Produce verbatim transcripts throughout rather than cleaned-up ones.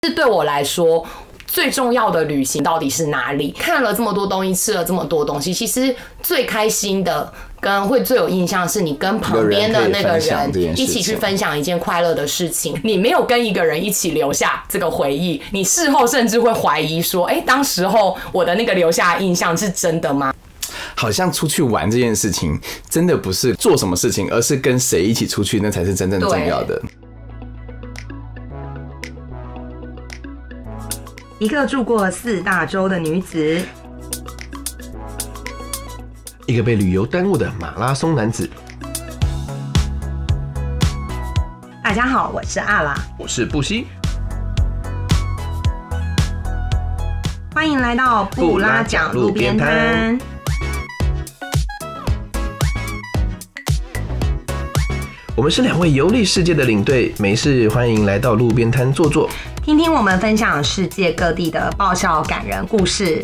是对我来说，最重要的旅行到底是哪里？看了这么多东西，吃了这么多东西，其实最开心的跟会最有印象的是你跟旁边的那个人一起去分享一件快乐的事情。你没有跟一个人一起留下这个回忆，你事后甚至会怀疑说，哎、欸，当时候我的那个留下的印象是真的吗？ 好像出去玩这件事情，真的不是做什么事情，而是跟谁一起出去，那才是真正重要的。 一个住过四大洲的女子， 一个被旅游耽误的马拉松男子。 大家好，我是阿拉， 我是布希， 欢迎来到布拉讲路边摊。 我们是两位游历世界的领队，没事欢迎来到路边摊坐坐， 听听我们分享世界各地的爆笑感人故事。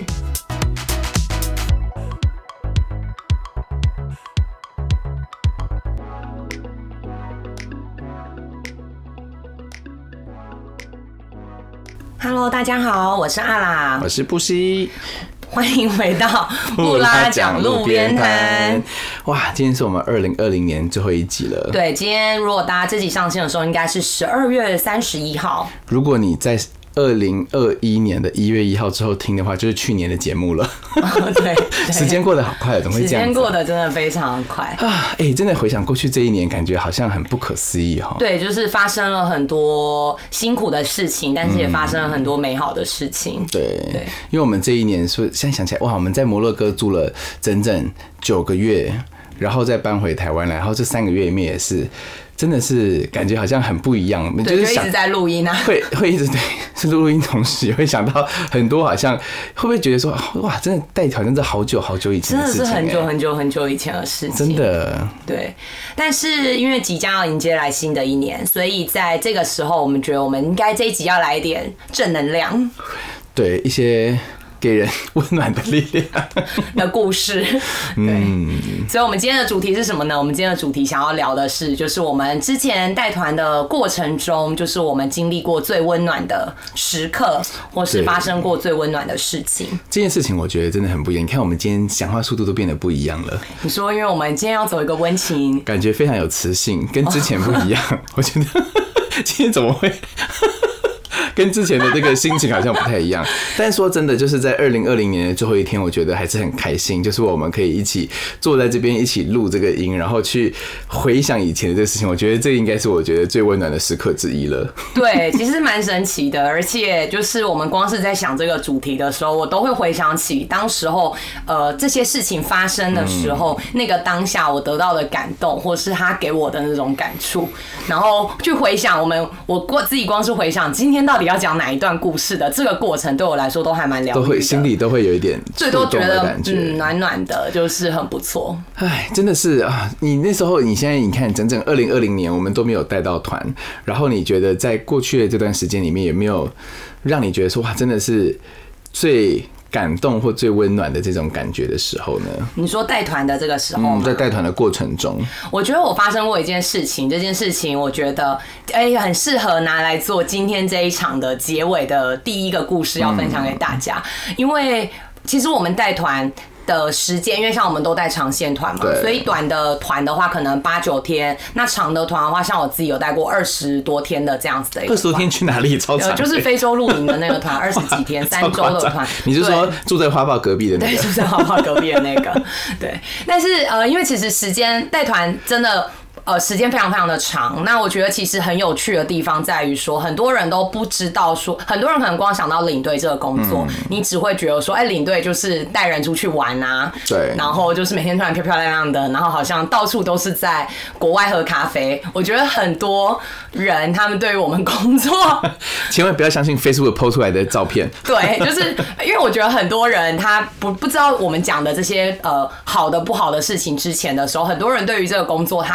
Hello， 大家好，我是阿拉， 我是布希。 欢迎回到布拉讲路边摊。 哇，今天是我们二零二零年最后一集了。 对，今天如果大家这集上线的时候，应该是十二月三十一号。 如果你在二零二一年的一月一号之后听的话，就是去年的节目了。 哦、对，对时间过得好快，怎么会这样子？ 时间过得真的非常快啊！哎、欸，真的回想过去这一年，感觉好像很不可思议哈。 对，就是发生了很多辛苦的事情，但是也发生了很多美好的事情。嗯、 对， 对， 因为我们这一年说，现在想起来，哇，我们在摩洛哥住了整整九个月，然后再搬回台湾来，然后这三个月里面也是。真的是感觉好像很不一样， 对，就是一直在录音啊， 会会一直对，是录音同时也会想到很多，好像会不会觉得说哇，真的带好像是好久好久以前的事情、欸， 真的是很久很久很久以前的事情， 真的。 对，但是因为即将要迎接来新的一年，所以在这个时候，我们觉得我们应该这一集要来一点正能量， 对一些。给人温暖的力量的故事，对，嗯、所以我们今天的主题是什么呢？我们今天的主题想要聊的是，就是我们之前带团的过程中，就是我们经历过最温暖的时刻，或是发生过最温暖的事情。 这件事情我觉得真的很不一样。你看，我们今天讲话速度都变得不一样了。 你说，因为我们今天要走一个温情， 感觉非常有磁性，跟之前不一样。哦、我觉得今天怎么会？跟之前的这个心情好像不太一样，但说真的，就是在二零二零年的最后一天，我觉得还是很开心，就是我们可以一起坐在这边一起录这个音，然后去回想以前的这个事情，我觉得这应该是我觉得最温暖的时刻之一了。 对，其实蛮神奇的，而且就是我们光是在想这个主题的时候，我都会回想起当时候呃这些事情发生的时候，嗯、那个当下我得到的感动，或是他给我的那种感触，然后去回想我们我自己光是回想今天到底要讲哪一段故事的这个过程，对我来说都还蛮疗愈的， 都会心里都会有一点触动的感觉， 嗯，暖暖的，就是很不错。 哎，真的是啊！你那时候，你现在你看，整整二零二零年我们都没有带到团，然后你觉得在过去的这段时间里面，有没有让你觉得说哇，真的是最感动或最温暖的这种感觉的时候呢？你说带团的这个时候吗？ 嗯，在带团的过程中， 我觉得我发生过一件事情，这件事情我觉得哎、欸、很适合拿来做今天这一场的结尾的第一个故事要分享给大家，嗯、因为其实我们带团的时间，因为像我们都带长线团嘛，所以短的团的话可能八九天，那长的团的话，像我自己有带过二十多天的这样子的一个。 二十多天去哪里？超长， 就是非洲露营的那个团，二十几天，三周的团。 你是说住在花豹隔壁的那个？ 对，住在花豹隔壁的那个。对，但是呃，因为其实时间带团真的。呃，时间非常非常的长。那我觉得其实很有趣的地方在于说，很多人都不知道说，很多人可能光想到领队这个工作，嗯、你只会觉得说，哎、欸，领队就是带人出去玩啊， 对， 然后就是每天穿得漂漂亮亮的，然后好像到处都是在国外喝咖啡。我觉得很多人他们对于我们工作， 千万不要相信 Facebook po 出来的照片。 对，就是因为我觉得很多人他不不知道我们讲的这些呃好的不好的事情之前的时候，很多人对于这个工作他单纯。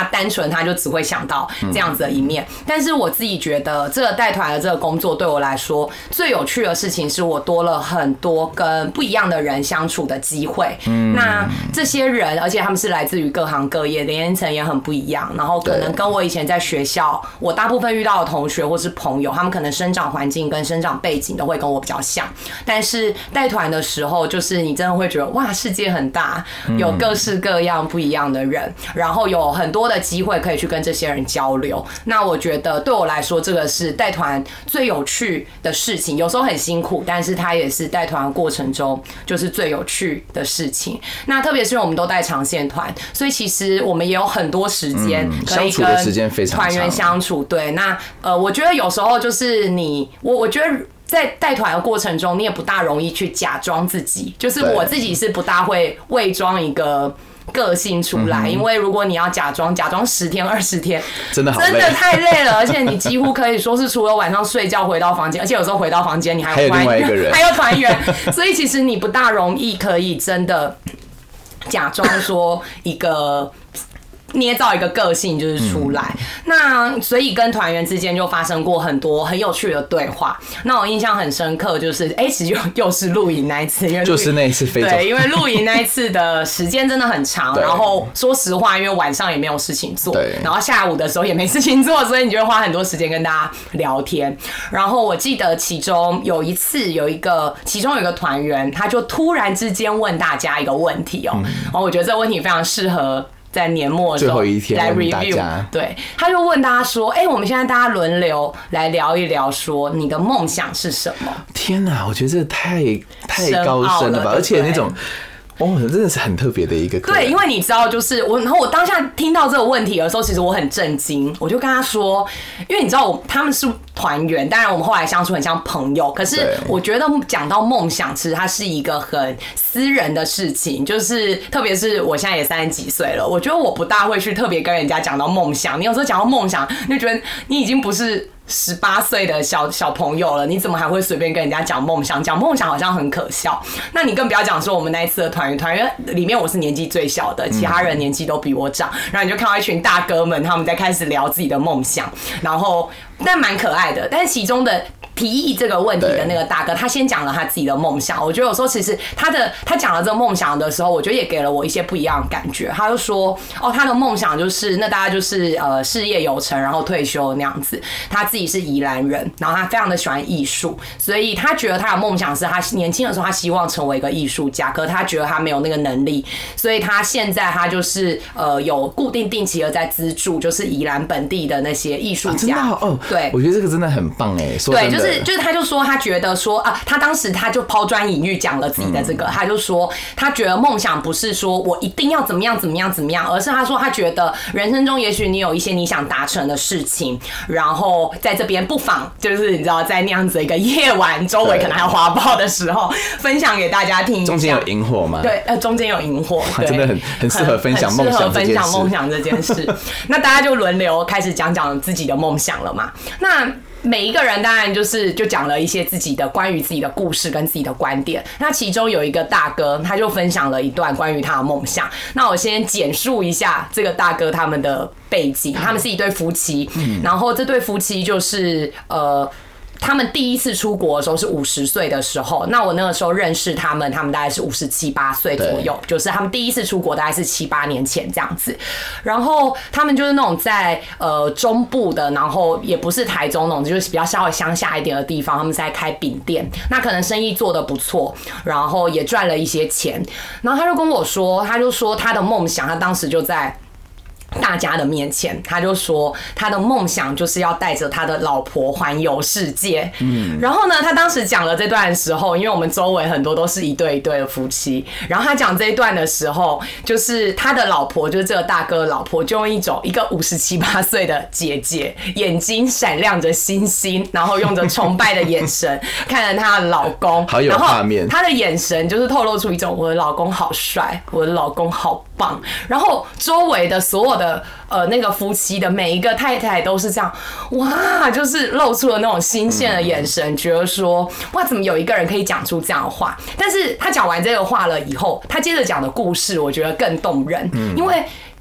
纯他就只会想到这样子的一面。嗯、但是我自己觉得，这个带团的这个工作对我来说最有趣的事情，是我多了很多跟不一样的人相处的机会。嗯，那这些人，而且他们是来自于各行各业，年龄层也很不一样，然后可能跟我以前在学校，我大部分遇到的同学或是朋友，他们可能生长环境跟生长背景都会跟我比较像。但是带团的时候，就是你真的会觉得哇，世界很大，有各式各样不一样的人，然后有很多的机会可以去跟这些人交流。那我觉得对我来说，这个是带团最有趣的事情。有时候很辛苦，但是它也是带团过程中就是最有趣的事情。那特别是我们都带长线团，所以其实我们也有很多时间可以跟团员相处。对，那呃，我觉得有时候就是你，我我觉得。在带团的过程中，你也不大容易去假装自己，就是我自己是不大会伪装一个个性出来，因为如果你要假装，假装十天二十天， 真的好累， 真的太累了，而且你几乎可以说是除了晚上睡觉回到房间，而且有时候回到房间你还有另外一个人， 还有团员，所以其实你不大容易可以真的假装说一个。捏造一个个性就是出来，嗯、那所以跟团员之间就发生过很多很有趣的对话。那我印象很深刻，就是哎、欸，其实又是露营那一次，因为就是那一次非洲， 对，因为露营那一次的时间真的很长，然后说实话，因为晚上也没有事情做，然后下午的时候也没事情做，所以你就会花很多时间跟大家聊天。然后我记得其中有一次，有一个其中有一个团员，他就突然之间问大家一个问题哦、喔，嗯、然后我觉得这个问题非常适合。在年末的时候来 review， 对，他就问大家说：“哎、欸，我们现在大家轮流来聊一聊，说你的梦想是什么？” 天哪，我觉得这太太高深了吧，而且那种。哦，真的是很特别的一个课。 对，因为你知道，就是我，然后我当下听到这个问题的时候，其实我很震惊，我就跟他说，因为你知道我他们是团员，当然我们后来相处很像朋友，可是我觉得讲到梦想，其实它是一个很私人的事情，就是特别是我现在也三十几岁了，我觉得我不大会去特别跟人家讲到梦想。你有时候讲到梦想，你就觉得你已经不是。十八岁的小小朋友了，你怎么还会随便跟人家讲梦想？讲梦想好像很可笑。那你更不要讲说我们那一次的团员，团员里面我是年纪最小的，其他人年纪都比我长。然后你就看到一群大哥们，他们在开始聊自己的梦想，然后但蛮可爱的。但是其中的提议这个问题的那个大哥，他先讲了他自己的梦想。我觉得有时候其实他的他讲了这个梦想的时候，我觉得也给了我一些不一样的感觉。他就说，哦，他的梦想就是那大家就是呃事业有成，然后退休那样子。他自己是宜兰人，然后他非常的喜欢艺术，所以他觉得他的梦想是他年轻的时候他希望成为一个艺术家，可是他觉得他没有那个能力，所以他现在他就是呃有固定定期的在资助，就是宜兰本地的那些艺术家。啊、真的哦，对，我觉得这个真的很棒哎，说真的。 对，就是就是他就说他觉得说啊，他当时他就抛砖引玉讲了自己的这个，嗯、他就说他觉得梦想不是说我一定要怎么样怎么样怎么样，而是他说他觉得人生中也许你有一些你想达成的事情，然后在这边不妨就是你知道在那样子的一个夜晚，周围可能还有花豹的时候，分享给大家听一下。 中间有萤火吗？ 对，呃，中间有萤火，真的很很适合分享梦想这件事。 分享梦想这件事，那大家就轮流开始讲讲自己的梦想了嘛。那每一个人当然就是就讲了一些自己的关于自己的故事跟自己的观点。那其中有一个大哥，他就分享了一段关于他的梦想。那我先简述一下这个大哥他们的背景，他们是一对夫妻，然后这对夫妻就是呃。他们第一次出国的时候是五十岁的时候，那我那个时候认识他们，他们大概是五十七八岁左右，就是他们第一次出国大概是七八年前这样子。然后他们就是那种在呃中部的，然后也不是台中那种，就是比较稍微乡下一点的地方，他们在开饼店，那可能生意做得不错，然后也赚了一些钱。然后他就跟我说，他就说他的梦想，他当时就在大家的面前，他就说他的梦想就是要带着他的老婆环游世界。嗯，然后呢，他当时讲了这段的时候，因为我们周围很多都是一对一对的夫妻，然后他讲这一段的时候，就是他的老婆，就是这个大哥的老婆，就用一种一个五十七八岁的姐姐，眼睛闪亮着星星，然后用着崇拜的眼神看着她的老公， 好有画面。 她的眼神就是透露出一种我的老公好帅，我的老公好棒，然后周围的所有的。呃，那个夫妻的每一个太太都是这样，哇，就是露出了那种新鲜的眼神，觉得说，哇，怎么有一个人可以讲出这样的话？但是他讲完这个话了以后，他接着讲的故事，我觉得更动人，因为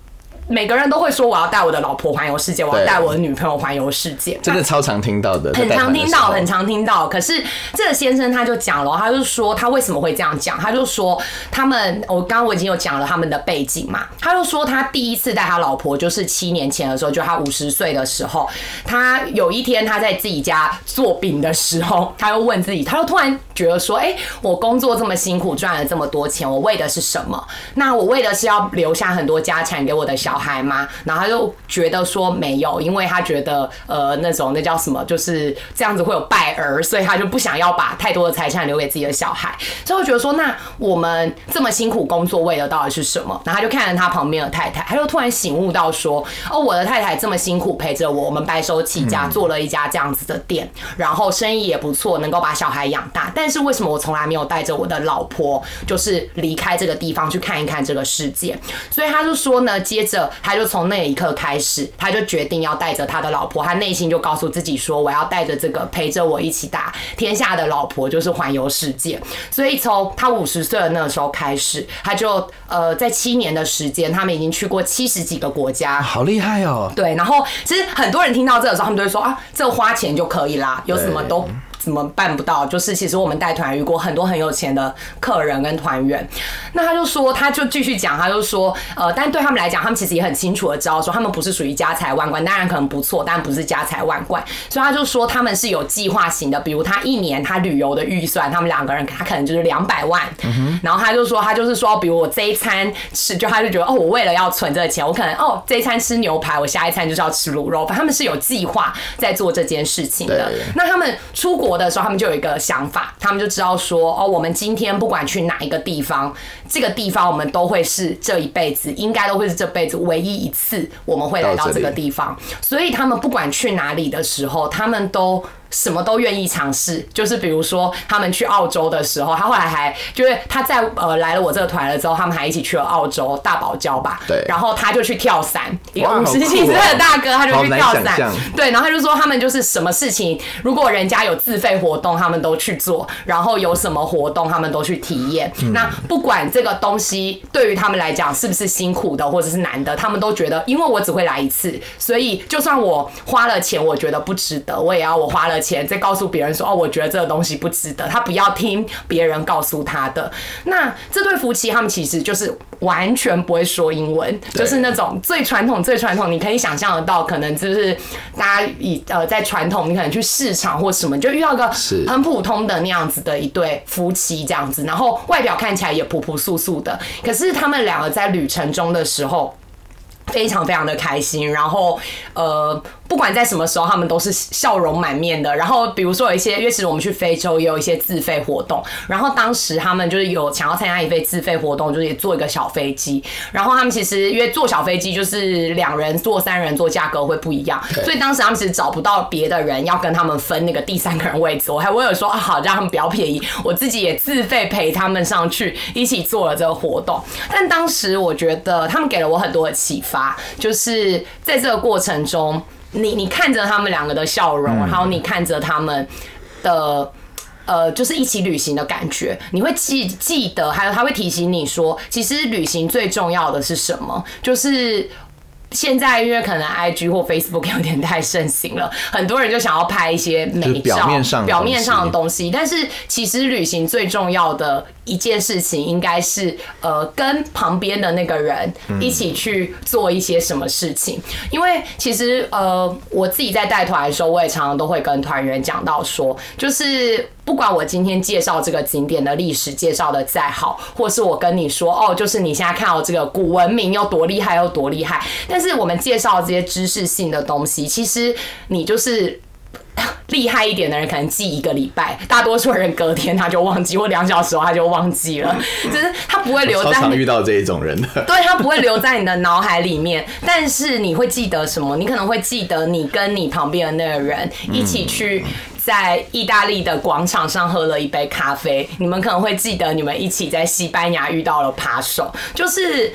每个人都会说我要带我的老婆环游世界，我要带我的女朋友环游世界， 真的超常听到的， 很常听到，很常听到。可是这个先生他就讲了，他就说他为什么会这样讲，他就说他们，我刚刚我已经有讲了他们的背景嘛，他就说他第一次带他老婆就是七年前的时候，就他五十岁的时候，他有一天他在自己家做饼的时候，他又问自己，他就突然觉得说，哎、欸，我工作这么辛苦，赚了这么多钱，我为的是什么？那我为的是要留下很多家产给我的小孩吗？然后他就觉得说没有，因为他觉得呃那种那叫什么，就是这样子会有败儿，所以他就不想要把太多的财产留给自己的小孩。所以我觉得说，那我们这么辛苦工作为的到底是什么？然后他就看着他旁边的太太，他就突然醒悟到说，哦，我的太太这么辛苦陪着我，我们白手起家做了一家这样子的店，然后生意也不错，能够把小孩养大。但是为什么我从来没有带着我的老婆，就是离开这个地方去看一看这个世界？所以他就说呢，接着他就从那一刻开始，他就决定要带着他的老婆，他内心就告诉自己说，我要带着这个陪着我一起打天下的老婆，就是环游世界。所以从他五十岁的那个时候开始，他就呃在七年的时间，他们已经去过七十几个国家， 好厉害哦。 对，然后其实很多人听到这个时候，他们都会说啊，这花钱就可以啦，有什么都怎么办不到？就是其实我们带团遇过很多很有钱的客人跟团员，那他就说，他就继续讲，他就说，呃，但对他们来讲，他们其实也很清楚的知道说，他们不是属于家财万贯，当然可能不错，但不是家财万贯，所以他就说他们是有计划型的，比如他一年他旅游的预算，他们两个人他可能就是两百万、嗯，然后他就说他就是说，比如我这一餐吃，就他就觉得哦，我为了要存这个钱，我可能哦这一餐吃牛排，我下一餐就是要吃卤肉，反正他们是有计划在做这件事情的。那他们出国的时候，他们就有一个想法，他们就知道说，哦，我们今天不管去哪一个地方，这个地方我们都会是这一辈子，应该都会是这辈子唯一一次我们会来到这个地方，所以他们不管去哪里的时候，他们都什么都愿意尝试。就是比如说他们去澳洲的时候，他后来还就是他在呃来了我这个团了之后，他们还一起去了澳洲大堡礁吧，对，然后他就去跳伞，一个五十几岁的大哥他就去跳伞，对，然后他就说他们就是什么事情，如果人家有自费活动，他们都去做，然后有什么活动他们都去体验、嗯。那不管这个东西对于他们来讲是不是辛苦的或者是难的，他们都觉得，因为我只会来一次，所以就算我花了钱，我觉得不值得，我也要我花了钱再告诉别人说，哦，我觉得这个东西不值得，他不要听别人告诉他的。那这对夫妻他们其实就是完全不会说英文，就是那种最传统最传统，你可以想象得到，可能就是大家以呃在传统，你可能去市场或什么，就遇到一个很普通的那样子的一对夫妻这样子，然后外表看起来也朴朴素素的，可是他们两个在旅程中的时候非常非常的开心，然后呃不管在什么时候，他们都是笑容满面的。然后比如说有一些，因为其实我们去非洲也有一些自费活动，然后当时他们就是有想要参加一份自费活动，就是也坐一个小飞机。然后他们其实因为坐小飞机就是两人坐、三人坐价格会不一样，所以当时他们其实找不到别的人要跟他们分那个第三个人位置。我还我有说啊，好让他们比较便宜，我自己也自费陪他们上去一起做了这个活动。但当时我觉得他们给了我很多的启发，就是在这个过程中。你你看着他们两个的笑容，然后你看着他们的呃，就是一起旅行的感觉，你会记记得，还有他会提醒你说，其实旅行最重要的是什么？就是现在因为可能 I G 或 Facebook 有点太盛行了，很多人就想要拍一些美照，表面上的东西，但是其实旅行最重要的一件事情应该是呃跟旁边的那个人一起去做一些什么事情，嗯、因为其实呃我自己在带团的时候，我也常常都会跟团员讲到说，就是不管我今天介绍这个景点的历史介绍的再好，或是我跟你说哦，就是你现在看到这个古文明有多厉害有多厉害，但是我们介绍这些知识性的东西，其实你就是厉害一点的人可能记一个礼拜，大多数人隔天他就忘记，或两小时后他就忘记了，就是他不会留在。 超常遇到这一种人的。 对，他不会留在你的脑海里面，但是你会记得什么？你可能会记得你跟你旁边的那个人一起去在意大利的广场上喝了一杯咖啡，你们可能会记得你们一起在西班牙遇到了扒手，就是。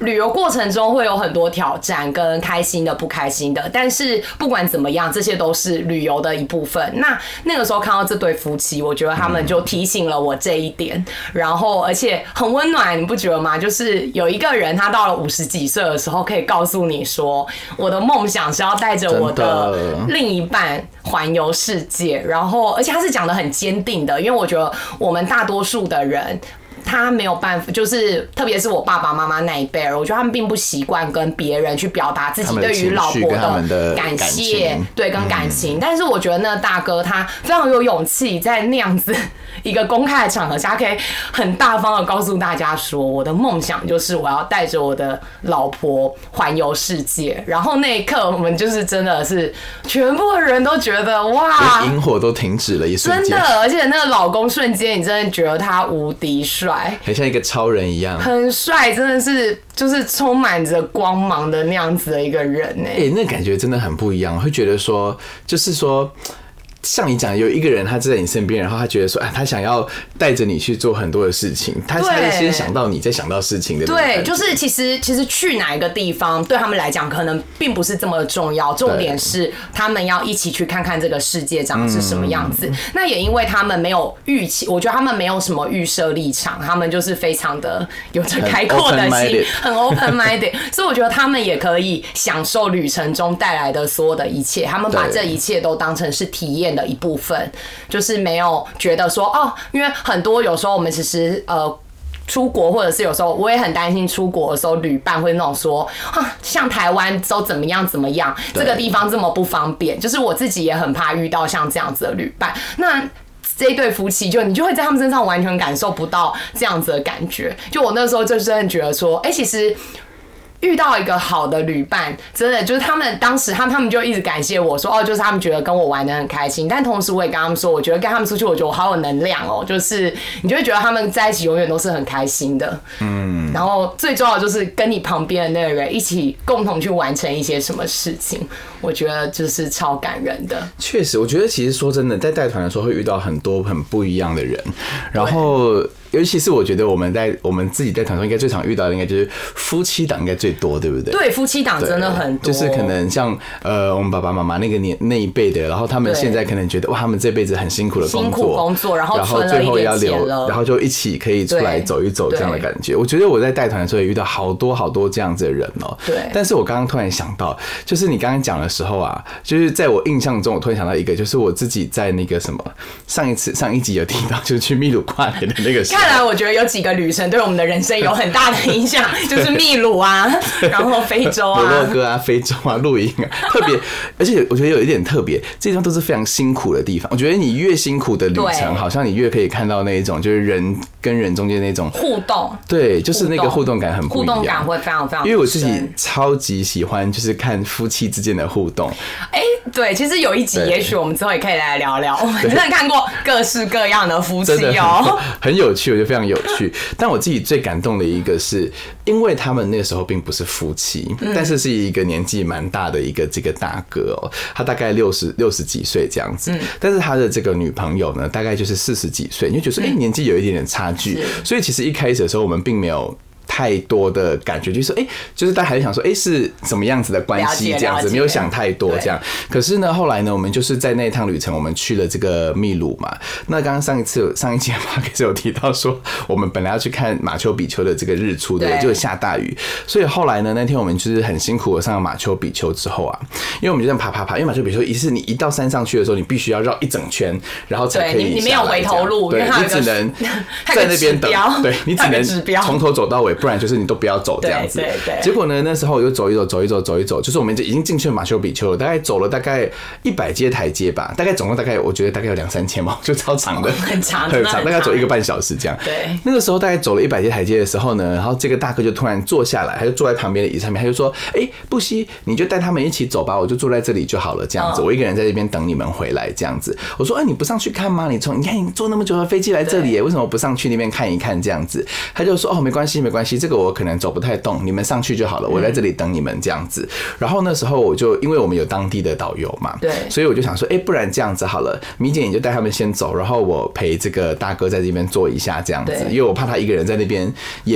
旅游过程中会有很多挑战，跟开心的、不开心的，但是不管怎么样，这些都是旅游的一部分。那那个时候看到这对夫妻，我觉得他们就提醒了我这一点，然后而且很温暖，你不觉得吗？就是有一个人，他到了五十几岁的时候，可以告诉你说，我的梦想是要带着我的另一半环游世界，然后而且他是讲得很坚定的，因为我觉得我们大多数的人。他没有办法，就是特别是我爸爸妈妈那一辈儿，我觉得他们并不习惯跟别人去表达自己对于老婆的感谢，对，跟感情。嗯、但是我觉得那大哥他非常有勇气，在那样子一个公开的场合下，可以很大方的告诉大家说，我的梦想就是我要带着我的老婆环游世界。然后那一刻，我们就是真的是全部的人都觉得哇， 萤火都停止了一瞬间， 真的，而且那个老公瞬间，你真的觉得他无敌帅。 很像一个超人一样， 很帅，真的是就是充满着光芒的那样子的一个人呢、欸。 哎、欸，那感觉真的很不一样，会觉得说，就是说。像你讲，有一个人他在你身边，然后他觉得说，哎，他想要带着你去做很多的事情，他才先想到你，再想到事情的。 对，就是其实其实去哪一个地方对他们来讲，可能并不是这么重要，重点是他们要一起去看看这个世界长是什么样子。嗯、那也因为他们没有预期，我觉得他们没有什么预设立场，他们就是非常的有着开阔的心，很 open minded， 所以我觉得他们也可以享受旅程中带来的所有的一切，他们把这一切都当成是体验的一部分，就是没有觉得说哦，因为很多有时候我们其实呃出国，或者是有时候我也很担心出国的时候旅伴会那种说啊，像台湾都怎么样怎么样，这个地方这么不方便，就是我自己也很怕遇到像这样子的旅伴。那这一对夫妻就你就会在他们身上完全感受不到这样子的感觉。就我那时候就真的觉得说，哎、欸，其实。遇到一个好的旅伴，真的就是他们当时他们他们就一直感谢我说哦，就是他们觉得跟我玩得很开心，但同时我也跟他们说，我觉得跟他们出去，我觉得我好有能量哦，就是你就会觉得他们在一起永远都是很开心的，嗯，然后最重要的就是跟你旁边的那个人一起共同去完成一些什么事情，我觉得就是超感人的。 确实，我觉得其实说真的，在带团的时候会遇到很多很不一样的人，然后。尤其是我觉得我们在我们自己在团中应该最常遇到的，应该就是夫妻档应该最多，对不对？ 对，夫妻档真的很多， 就是可能像呃我们爸爸妈妈那个年那一辈的，然后他们现在可能觉得哇，他们这辈子很辛苦的工作， 辛苦工作，然后然后最后要留，然后就一起可以出来走一走这样的感觉。我觉得我在带团的时候也遇到好多好多这样子的人哦、喔。 对。 但是我刚刚突然想到，就是你刚刚讲的时候啊，就是在我印象中，我突然想到一个，就是我自己在那个什么上一次上一集有提到，就是去秘鲁跨年的那个时候。 看来我觉得有几。一个旅程对我们的人生有很大的影响，就是秘鲁啊，然后非洲啊， 摩洛哥啊，非洲啊，露营啊，特别，而且我觉得有一点特别，这地方都是非常辛苦的地方。我觉得你越辛苦的旅程，好像你越可以看到那一种，就是人跟人中间那种互动， 对，就是那个互动感很不一样， 互动感会非常非常。 因为我自己超级喜欢，就是看夫妻之间的互动。 哎、欸，对，其实有一集，也许我们之后也可以来聊聊。我们真的看过各式各样的夫妻哦、喔， 很有趣，我觉得非常有趣。但我自己最感动的一个是，因为他们那个时候并不是夫妻，嗯、但是是一个年纪蛮大的一个这个大哥哦、喔，他大概六十六十几岁这样子，嗯、但是他的这个女朋友呢，大概就是四十几岁，你就觉得说，哎、欸，年纪有一点点差距，所以其实一开始的时候，我们并没有。太多的感觉，就是说，哎、欸，就是大家还是想说，哎、欸，是什么样子的关系这样子，没有想太多这样。可是呢，后来呢，我们就是在那一趟旅程，我们去了这个秘鲁嘛。那刚刚上一次上一集 podcast 有提到说，我们本来要去看马丘比丘的这个日出，对，就下大雨，所以后来呢，那天我们就是很辛苦的上了马丘比丘之后啊，因为我们就这样爬爬爬，因为马丘比丘一是你一到山上去的时候，你必须要绕一整圈，然后才可以下来， 你没有回头路， 对，你只能在那边等，对，你只能从头走到尾。不然就是你都不要走这样子。 对对对。 结果呢，那时候我就走一走，走一走，走一走，就是我们已经进去了马丘比丘了，大概走了大概一百阶台阶吧，大概总共大概我觉得大概有两三千吧，就超长的， 很长， 很长，大概走一个半小时这样。 对。 那个时候大概走了一百阶台阶的时候呢，然后这个大哥就突然坐下来，他就坐在旁边的椅子上面，他就说：“哎、欸，布希，你就带他们一起走吧，我就坐在这里就好了，这样子，我一个人在这边等你们回来这样子。”我说：“哎、欸，你不上去看吗？你从你看你坐那么久的飞机来这里，为什么不上去那边看一看这样子？”他就说：“哦，没关系，没关系，这个我可能走不太动，你们上去就好了，我在这里等你们这样子。”然后那时候我就因为我们有当地的导游嘛， 对， 所以我就想说：“哎、欸，不然这样子好了，米姐你就带他们先走，然后我陪这个大哥在这边坐一下这样子，因为我怕他一个人在那边也。”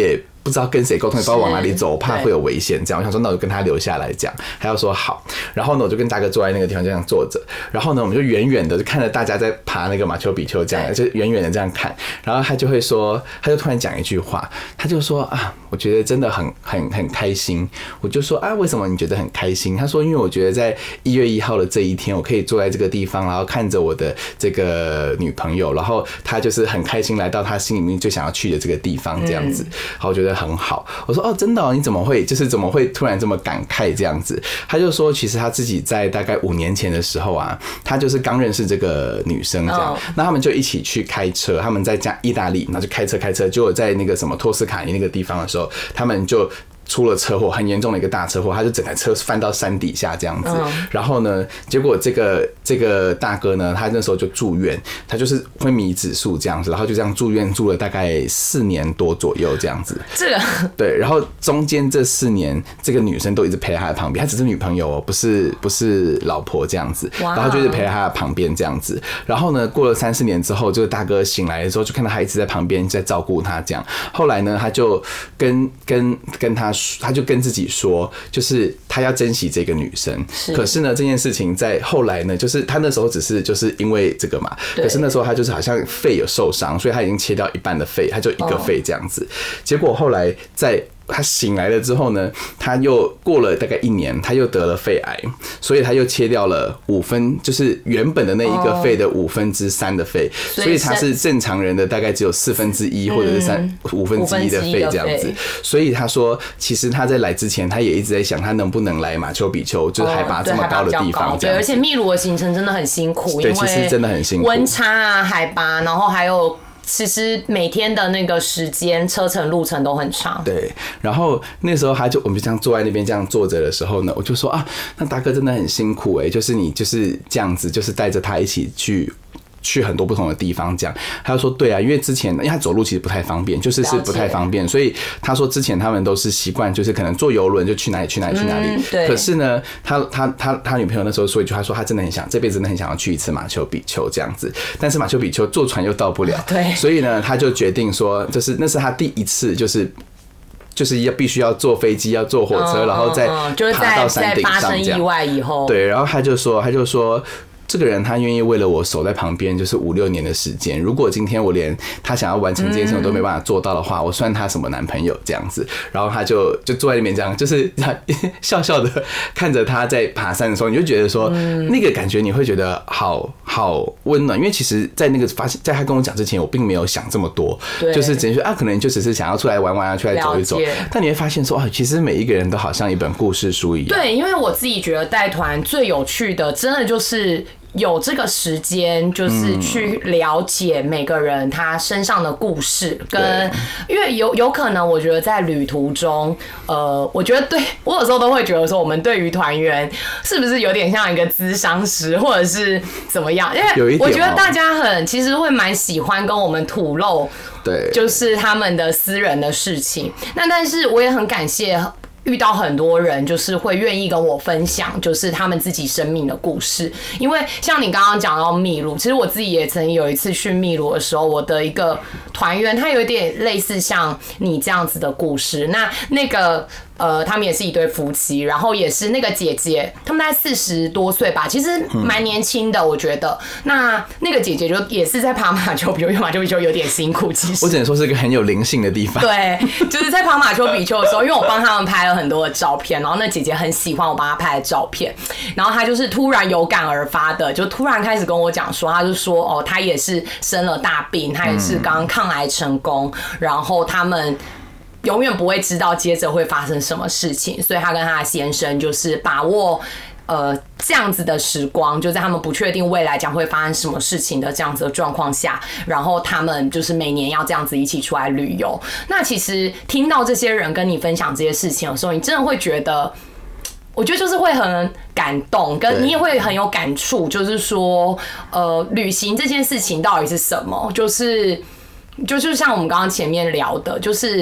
不知道跟谁沟通，也不知道往哪里走，我怕会有危险。这样，我想说，那我就跟他留下来讲。他要说好，然后呢，我就跟大哥坐在那个地方这样坐着，然后呢，我们就远远的就看着大家在爬那个马丘比丘，这样就远远的这样看。然后他就会说，他就突然讲一句话，他就说啊，我觉得真的很很很开心。我就说啊，为什么你觉得很开心？他说，因为我觉得在一月一号的这一天，我可以坐在这个地方，然后看着我的这个女朋友，然后他就是很开心来到他心里面最想要去的这个地方，这样子。好，我觉得很好。我说哦，真的哦，你怎么会就是怎么会突然这么感慨这样子？他就说，其实他自己在大概五年前的时候啊，他就是刚认识这个女生这样， oh. 那他们就一起去开车，他们在家意大利，然后就开车开车，结果在那个什么托斯卡尼那个地方的时候，他们就出了车祸，很严重的一个大车祸，他就整台车翻到山底下这样子。嗯、然后呢，结果这个这个大哥呢，他那时候就住院，他就是昏迷指数这样子，然后就这样住院住了大概四年多左右这样子。 这个对，然后中间这四年，这个女生都一直陪在他的旁边，他只是女朋友哦，不是不是老婆这样子。然后就一直陪在他的旁边这样子。然后呢，过了三四年之后，这个大哥醒来的时候，就看到他一直在旁边在照顾他这样。后来呢，他就跟跟跟他。他就跟自己说，就是他要珍惜这个女生。可是呢，这件事情在后来呢，就是他那时候只是就是因为这个嘛，可是那时候他就是好像肺有受伤，所以他已经切掉一半的肺，他就一个肺这样子。结果后来在他醒来了之后呢，他又过了大概一年，他又得了肺癌，所以他又切掉了五分，就是原本的那一个肺的五分之三的肺，所以他是正常人的大概只有四分之一或者是三五分之一的肺这样子。所以他说，其实他在来之前，他也一直在想，他能不能来马丘比丘，就是海拔这么高的地方。 对，而且秘鲁的行程真的很辛苦， 对，其实真的很辛苦， 温差啊、海拔，然后还有。其实每天的那个时间车程路程都很长， 对。然后那时候他就我们就这样坐在那边这样坐着的时候呢，我就说啊，那大哥真的很辛苦哎、欸，就是你就是这样子，就是带着他一起去。去很多不同的地方，这样他就说对啊，因为之前因为他走路其实不太方便，就是是不太方便，所以他说之前他们都是习惯就是可能坐邮轮就去哪里去哪里去哪里。嗯、可是呢，他他他他女朋友那时候说一句，他说他真的很想这辈子真的很想要去一次马丘比丘这样子，但是马丘比丘坐船又到不了， 对， 所以呢，他就决定说，就是那是他第一次就是就是要必须要坐飞机要坐火车，嗯、然后再爬到山顶上这样，就是在发生意外以后， 对，然后他就说他就说。这个人他愿意为了我守在旁边，就是五六年的时间。如果今天我连他想要完成这件事情都没办法做到的话，我算他什么男朋友这样子？然后他就就坐在那边这样，就是笑笑的看着他在爬山的时候，你就觉得说、嗯、那个感觉你会觉得好好温暖。因为其实，在那个发现，在他跟我讲之前，我并没有想这么多，就是只是说啊，可能就只是想要出来玩玩啊，出来走一走。但你会发现说啊，其实每一个人都好像一本故事书一样。 对，因为我自己觉得带团最有趣的，真的就是。有这个时间，就是去了解每个人他身上的故事，跟因为有有可能，我觉得在旅途中，呃，我觉得对我有时候都会觉得说，我们对于团员是不是有点像一个咨商师，或者是怎么样？因为我觉得大家很其实会蛮喜欢跟我们吐露，对，就是他们的私人的事情。那但是我也很感谢。遇到很多人就是会愿意跟我分享，就是他们自己生命的故事。因为像你刚刚讲到秘鲁，其实我自己也曾经有一次去秘鲁的时候，我的一个团员他有一点类似像你这样子的故事。那那个。呃，他们也是一对夫妻，然后也是那个姐姐，他们大概四十多岁吧，其实蛮年轻的，我觉得。那那个姐姐就也是在爬马丘比丘，因为马丘比丘有点辛苦，其实。 我只能说是一个很有灵性的地方。 对，就是在爬马丘比丘的时候，因为我帮他们拍了很多的照片，然后那姐姐很喜欢我帮她拍的照片，然后她就是突然有感而发的，就突然开始跟我讲说，她就说哦，她也是生了大病，她也是刚抗癌成功，然后他们。永远不会知道接着会发生什么事情，所以他跟他的先生就是把握呃这样子的时光，就在他们不确定未来将会发生什么事情的这样子的状况下，然后他们就是每年要这样子一起出来旅游。那其实听到这些人跟你分享这些事情的时候，你真的会觉得，我觉得就是会很感动，跟你也会很有感触，就是说，呃，旅行这件事情到底是什么？就是。就是像我们刚刚前面聊的，就是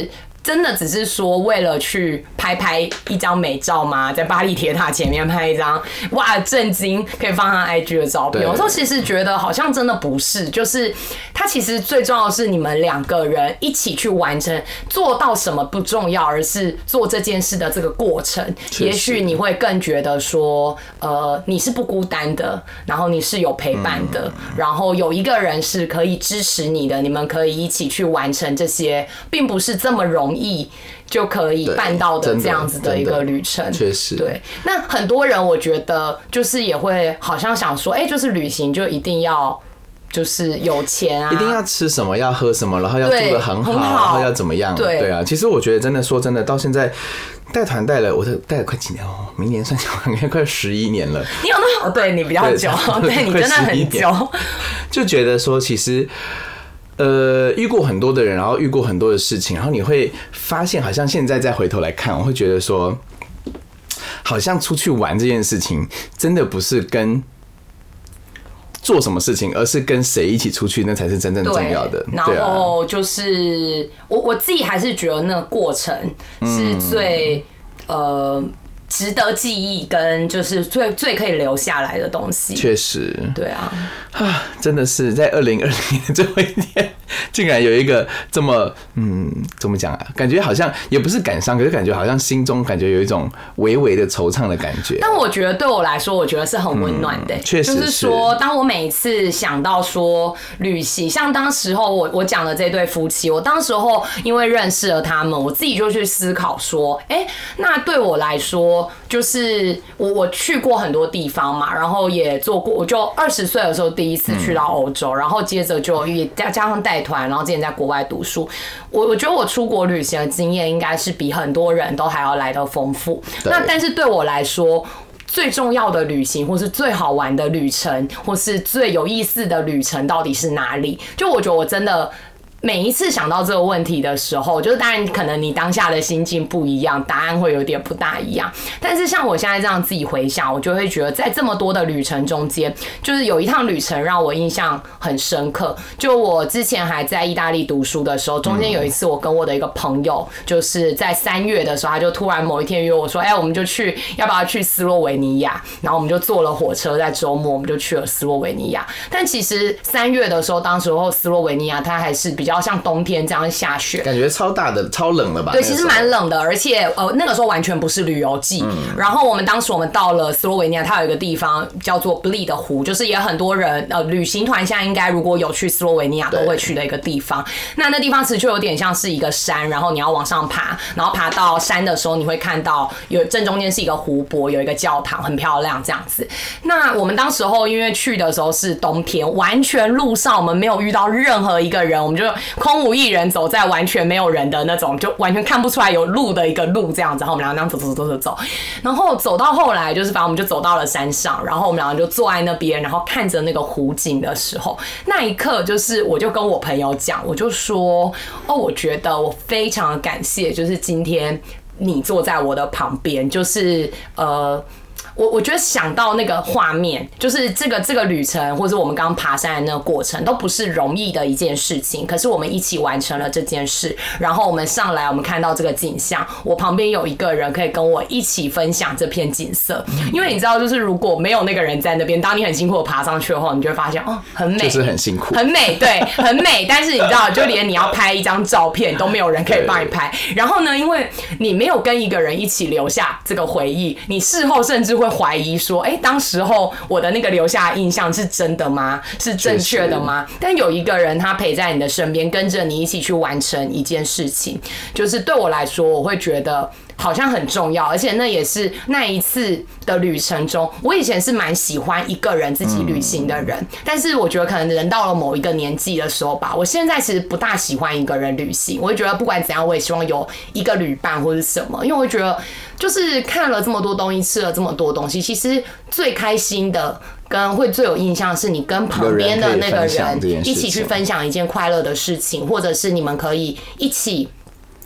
真的只是说为了去拍拍一张美照吗？在巴黎铁塔前面拍一张哇震惊可以放上 I G 的照片。我说其实觉得好像真的不是，就是它其实最重要的是你们两个人一起去完成，做到什么不重要，而是做这件事的这个过程。也许你会更觉得说，呃，你是不孤单的，然后你是有陪伴的，嗯、然后有一个人是可以支持你的，你们可以一起去完成这些，并不是这么容易。易就可以办到的这样子的一个旅程， 确实。 对，那很多人我觉得就是也会好像想说，哎、欸，就是旅行就一定要就是有钱啊， 一定要吃什么，要喝什么，然后要住得很好，然后要怎么样？对对啊，其实我觉得真的说真的，到现在带团带了，我带了快几年哦，明年算起来应该快十一年了。 你有那么对你比较久，对, 对你真的很久， 就觉得说其实。呃，遇过很多的人，然后遇过很多的事情，然后你会发现，好像现在再回头来看，我会觉得说，好像出去玩这件事情，真的不是跟做什么事情，而是跟谁一起出去，那才是真正重要的。 然后就是我我自己还是觉得那个过程是最、嗯、呃。值得记忆跟就是最最可以留下来的东西， 确实， 对啊， 啊，真的是在二零二零年最后一天，竟然有一个这么嗯，怎么讲啊？感觉好像也不是感伤，可是感觉好像心中感觉有一种微微的惆怅的感觉。 但我觉得对我来说，我觉得是很温暖的、欸，确、嗯、实就是说，当我每一次想到说旅行，像当时候我我讲的这对夫妻，我当时候因为认识了他们，我自己就去思考说，哎、欸，那对我来说。就是我我去过很多地方嘛，然后也做过，我就二十岁的时候第一次去到欧洲，然后接着就也加加上带团，然后之前在国外读书，我我觉得我出国旅行的经验应该是比很多人都还要来得丰富。那但是对我来说，最重要的旅行，或是最好玩的旅程，或是最有意思的旅程，到底是哪里？就我觉得我真的。每一次想到这个问题的时候，就是当然可能你当下的心境不一样，答案会有点不大一样。但是像我现在这样自己回想，我就会觉得在这么多的旅程中间，就是有一趟旅程让我印象很深刻。就我之前还在意大利读书的时候，中间有一次我跟我的一个朋友，就是在三月的时候，他就突然某一天约我说：“哎、欸，我们就去，要不要去斯洛维尼亚？”然后我们就坐了火车，在周末我们就去了斯洛维尼亚。但其实三月的时候，当时候斯洛维尼亚它还是比较像冬天这样下雪， 感觉超大的、超冷了吧？ 对，其实蛮冷的，而且呃那个时候完全不是旅游季。嗯、然后我们当时我们到了斯洛维尼亚，它有一个地方叫做 Bled 的湖，就是也很多人呃旅行团现在应该如果有去斯洛维尼亚都会去的一个地方。那那地方其实就有点像是一个山，然后你要往上爬，然后爬到山的时候，你会看到有正中间是一个湖泊，有一个教堂，很漂亮这样子。那我们当时候因为去的时候是冬天，完全路上我们没有遇到任何一个人，我们就空无一人走在完全没有人的那种，就完全看不出来有路的一个路这样子。然后我们两个那样走走走走走，然后走到后来就是反正我们就走到了山上，然后我们两个就坐在那边，然后看着那个湖景的时候，那一刻就是我就跟我朋友讲，我就说哦，我觉得我非常的感谢，就是今天你坐在我的旁边，就是呃。我我觉得想到那个画面，就是这个这个旅程，或者我们刚爬山的那个过程，都不是容易的一件事情。可是我们一起完成了这件事，然后我们上来，我们看到这个景象，我旁边有一个人可以跟我一起分享这片景色。因为你知道，就是如果没有那个人在那边，当你很辛苦的爬上去的话，你就会发现哦，很美， 就是很辛苦， 很美，对，很美。但是你知道，就连你要拍一张照片都没有人可以帮你拍。然后呢，因为你没有跟一个人一起留下这个回忆，你事后甚至会怀疑说，哎、欸，当时候我的那个留下的印象是真的吗？是正确的吗？但有一个人他陪在你的身边，跟着你一起去完成一件事情，就是对我来说，我会觉得好像很重要，而且那也是那一次的旅程中，我以前是蛮喜欢一个人自己旅行的人，嗯、但是我觉得可能人到了某一个年纪的时候吧，我现在其实不大喜欢一个人旅行，我会觉得不管怎样，我也希望有一个旅伴或是什么，因为我会觉得就是看了这么多东西，吃了这么多东西，其实最开心的跟会最有印象的是你跟旁边的那个人一起去分享一件快乐的事情，或者是你们可以一起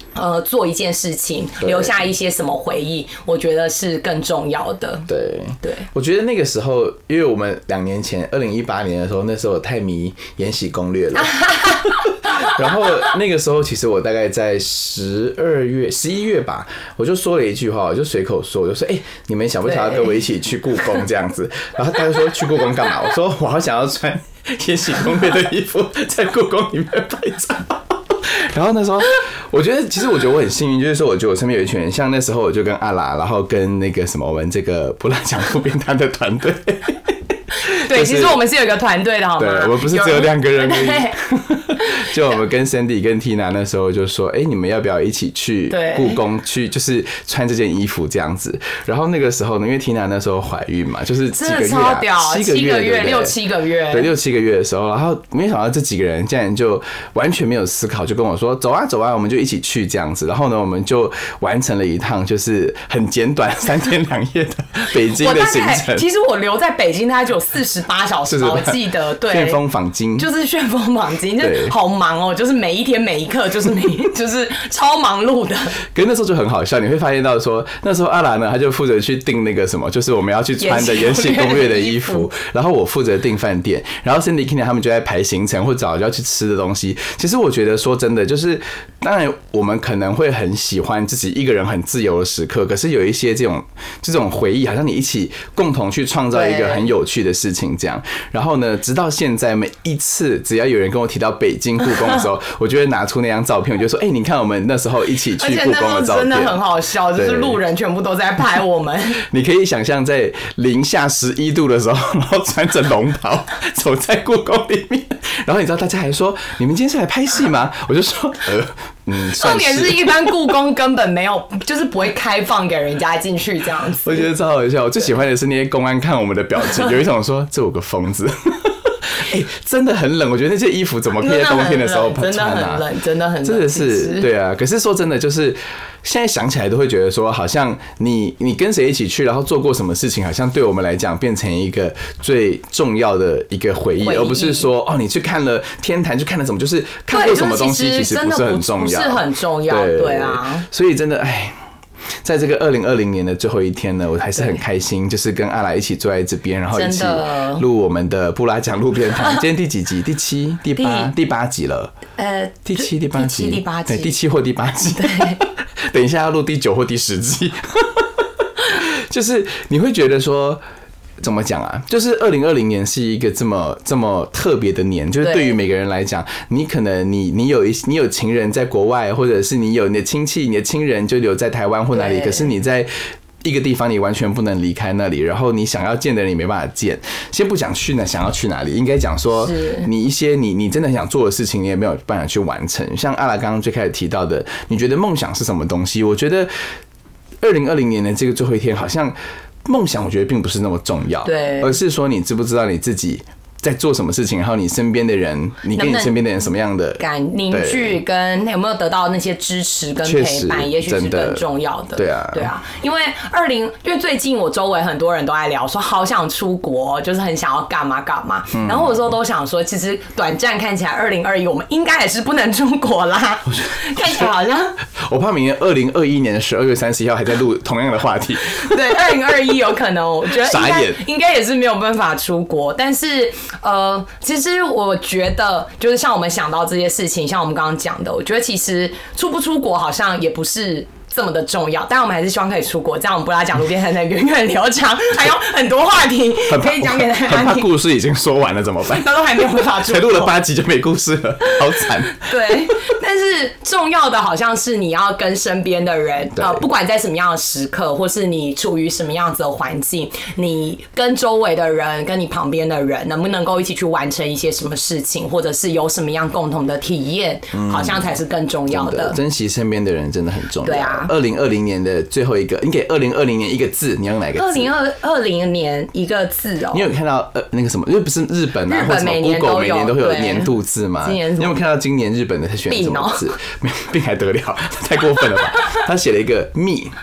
呃，做一件事情，留下一些什么回忆，我觉得是更重要的。 对对， 我觉得那个时候，因为我们两年前，二零一八年的时候，那时候我太迷《延禧攻略》了。然后那个时候，其实我大概在十二月、十一月吧，我就说了一句话，我就随口说，我就说：“哎、欸，你们想不想要跟我一起去故宫这样子？”然后他就说：“去故宫干嘛？”我说：“我好想要穿《延禧攻略》的衣服，在故宫里面拍照。”然后那时候，我觉得其实我觉得我很幸运，就是说，我觉得我身边有一群人，像那时候我就跟阿拉，然后跟那个什么我们这个不拉讲路边摊的团队。 对，其实我们是有一个团队的，好吗？ 对，我们不是只有两个人而已。就我们跟 Sandy 跟 Tina 那时候就说，哎、欸，你们要不要一起去故宫去，就是穿这件衣服这样子？然后那个时候呢，因为 Tina 那时候怀孕嘛，就是几个月、啊，七个月， 个月六七个月， 对，六七个月的时候，然后没想到这几个人竟然就完全没有思考，就跟我说走啊走啊，我们就一起去这样子。然后呢，我们就完成了一趟就是很简短三天两夜的北京的行程。 其实我留在北京大概就有四十八小时，我记得，对， 旋风访京， 就是旋风访京，就好忙哦，就是每一天每一刻，就是每就是超忙碌的。 可是那时候就很好笑，你会发现到说，那时候阿拉呢，他就负责去订那个什么，就是我们要去穿的《延禧攻略》的衣服，然后我负责订饭店，然后 Cindy Kina 他们就在排行程或找要去吃的东西。其实我觉得说真的，就是当然我们可能会很喜欢自己一个人很自由的时刻，可是有一些这种这种回忆，好像你一起共同去创造一个很有趣的事情这样。然后呢，直到现在每一次只要有人跟我提到北京故宫的时候，我就会拿出那张照片，我就说：“哎、欸，你看我们那时候一起去故宫的照片。” 真的很好笑，就是路人全部都在拍我们。 你可以想象在零下十一度的时候，然后穿着龙袍走在故宫里面，然后你知道大家还说：“你们今天是来拍戏吗？”我就说：“呃。”嗯， 重点是一般故宫根本没有，就是不会开放给人家进去这样子。 我觉得超好笑，我最喜欢的是那些公安看我们的表情，有一种说这有个疯子。哎、欸，真的很冷，我觉得那件衣服怎么可以在冬天的时候穿啊？ 真的很冷，真的很冷， 真的是对啊。可是说真的，就是现在想起来都会觉得说，好像你你跟谁一起去，然后做过什么事情，好像对我们来讲变成一个最重要的一个回忆，回忆而不是说哦，你去看了天坛，去看了什么，就是看过什么东西，其实不是很重要， 不是很重要，对, 对啊。 所以真的，哎。在这个二零二零年的最后一天呢，我还是很开心，就是跟阿来一起坐在这边，然后一起录我们的布拉讲路边摊。今天第几集？第七、第八、第八集了。呃，第七、第八集， 第八集， 对，第七或第八集。对，等一下要录第九或第十集。就是你会觉得说。怎么讲啊？就是二零二零年是一个这么这么特别的年，就是对于每个人来讲，你可能你你有一你有情人在国外，或者是你有你的亲戚、你的亲人就留在台湾或哪里，可是你在一个地方你完全不能离开那里，然后你想要见的人你没办法见。先不讲去哪，想要去哪里，应该讲说你一些你你真的想做的事情，你也没有办法去完成。像阿拉刚刚最开始提到的，你觉得梦想是什么东西？我觉得二零二零年的这个最后一天，好像。梦想我觉得并不是那么重要， 对， 而是说你知不知道你自己在做什么事情，然后你身边的人，你跟你身边的人什么样的感凝聚，跟有没有得到那些支持跟陪伴，也许是更重要的。 对啊， 对啊，因为二零，因为最近我周围很多人都在聊说，好想出国，就是很想要干嘛干嘛。嗯、然后我有时候都想说，其实短暂看起来，二零二一我们应该也是不能出国啦。看起来好像， 我怕明年二零二一年的十二月三十一号还在录同样的话题。 对，二零二一有可能，我觉得傻眼， 应该也是没有办法出国，但是。呃，其实我觉得，就是像我们想到这些事情，像我们刚刚讲的，我觉得其实出不出国好像也不是这么的重要，但我们还是希望可以出国，这样我们不要讲路边摊的源远流长，还有很多话题可以讲给大家听。 很怕故事已经说完了怎么办？ 那都还没有办法出国， 才录了八集就没故事了，好惨。 对，但是重要的好像是你要跟身边的人，呃，不管在什么样的时刻，或是你处于什么样子的环境，你跟周围的人、跟你旁边的人，能不能够一起去完成一些什么事情，或者是有什么样共同的体验，嗯、好像才是更重要的。 的珍惜身边的人真的很重要。 对啊。 二零二零年的最后一个，你给二零二零年一个字，你要用哪个字？ 二零二零年一个字哦。 你有看到呃那个什么？因为不是日本啊，或者什么 Google 每年都会有年度字嘛？你有没有看到今年日本的他选什么字？没有，病还得了，太过分了吧？他写了一个密。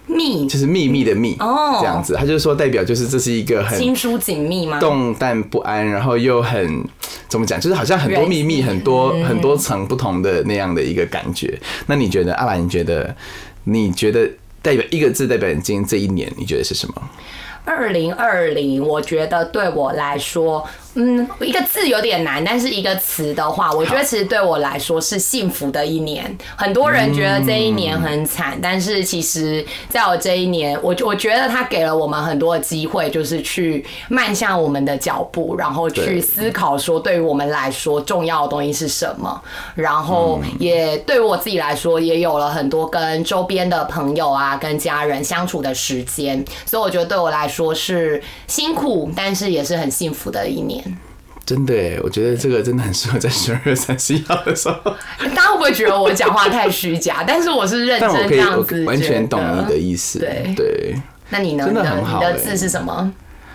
密就是秘密的密哦， 这样子，他就是说代表就是这是一个很亲疏紧密吗？ 动弹不安，然后又很怎么讲，就是好像很多秘密，很多、嗯、很多层不同的那样的一个感觉。那你觉得阿兰，你觉得你觉得代表一个字代表你今天这一年，你觉得是什么？ 二零二零，我觉得对我来说，嗯，一个字有点难，但是一个词的话，我觉得其实对我来说是幸福的一年。很多人觉得这一年很惨，嗯、但是其实在我这一年，我我觉得它给了我们很多的机会，就是去迈向我们的脚步，然后去思考说对于我们来说重要的东西是什么，然后也对于我自己来说，也有了很多跟周边的朋友啊、跟家人相处的时间，所以我觉得对我来说。说是辛苦，但是也是很幸福的一年。 真的耶，我觉得这个真的很适合在十二月三十一号的时候。 大家会不会觉得我讲话太虚假？但是我是认真这样子， 我完全懂你的意思。 对对， 那你呢？ 真的很好。 你的字是什么？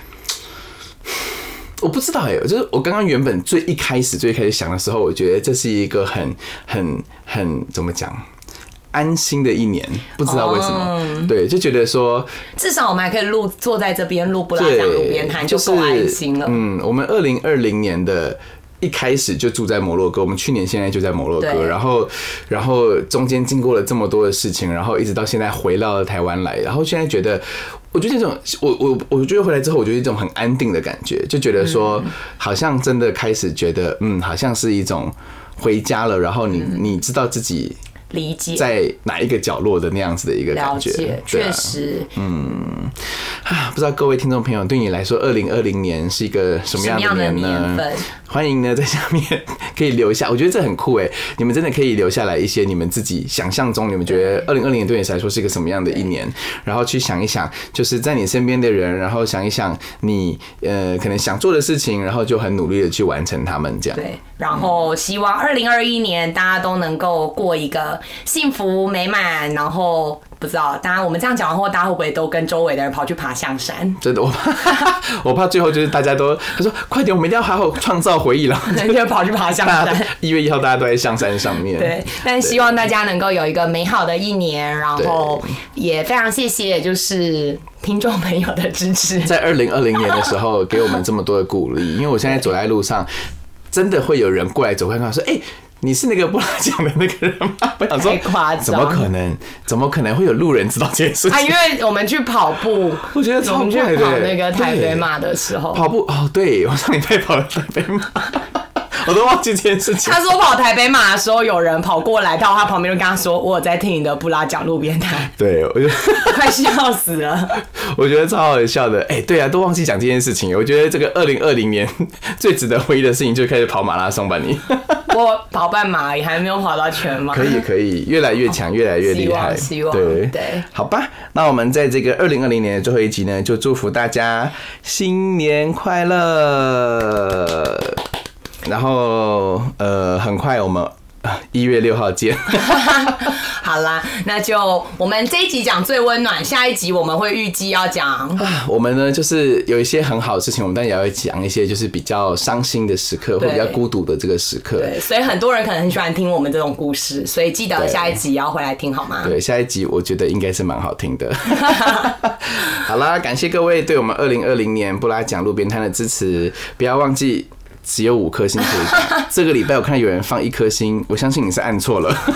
我不知道哎，就是我刚刚原本最一开始最一开始想的时候，我觉得这是一个很很很怎么讲？安心的一年，不知道为什么，嗯、对，就觉得说， 至少我们还可以录坐在这边录布拉讲路边摊，就够安心了。 嗯，我们二零二零年的一开始就住在摩洛哥，我们去年现在就在摩洛哥，然后，然后中间经过了这么多的事情，然后一直到现在回到了台湾来，然后现在觉得，我觉得这种，我我我觉得回来之后，我觉得一种很安定的感觉，就觉得说，嗯、好像真的开始觉得，嗯，好像是一种回家了，然后你、嗯、你知道自己。 理解在哪一个角落的那样子的一个感觉， 确、啊、实， 嗯，不知道各位听众朋友对你来说，二零二零年是一个什么样的年呢？欢迎呢在下面可以留下，我觉得这很酷哎，你们真的可以留下来一些你们自己想象中，你们觉得二零二零年对你来说是一个什么样的一年，然后去想一想，就是在你身边的人，然后想一想你呃可能想做的事情，然后就很努力的去完成他们这样。 对，然后希望二零二一年大家都能够过一个幸福美满，然后不知道大家我们这样讲完后，大家会不会都跟周围的人跑去爬象山？ 真的，我怕我怕最后就是大家都他说快点，我们一定要好好创造回忆了， 就跑去爬象山。 一月一号大家都在象山上面。 对，但希望大家能够有一个美好的一年，然后也非常谢谢就是听众朋友的支持， 在二零二零年的时候给我们这么多的鼓励，因为我现在走在路上，真的会有人过来走过来跟我说，哎、欸。你是那个布拉奖的那个人吗？我想说，怎么可能？怎么可能会有路人知道这件事情？ 啊，因为我们去跑步， 我觉得超快的。我们去跑那个台北马的时候， 跑步哦，对，我上礼拜跑了台北马。我都忘记这件事情。 他说跑台北马的时候，有人跑过来到他旁边，就跟他说：“我有在听你的布拉讲路边摊。” 对，我就快笑死了。 我觉得超好笑的。哎、欸，对啊，都忘记讲这件事情。我觉得这个二零二零年最值得回忆的事情，就开始跑马拉松吧你。 我跑半马，也还没有跑到全马。 可以，可以，越来越强，越来越厉害。 希望， 对对， 好吧。那我们在这个二零二零年的最后一集呢，就祝福大家新年快乐。然后呃，很快我们一月六号见。 好啦，那就我们这一集讲最温暖，下一集我们会预计要讲。 我们呢，就是有一些很好的事情，我们当然也要讲一些就是比较伤心的时刻，或比较孤独的这个时刻。 对，所以很多人可能很喜欢听我们这种故事，所以记得下一集也要回来听好吗？ 对，下一集我觉得应该是蛮好听的。好啦，感谢各位对我们二零二零年布拉讲路边摊的支持，不要忘记。只有五颗星可以打。这个礼拜我看到有人放一颗星，我相信你是按错了。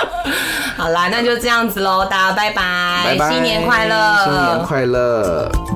好啦，那就这样子喽，大家拜拜， 拜拜， 新年快乐， 新年快乐。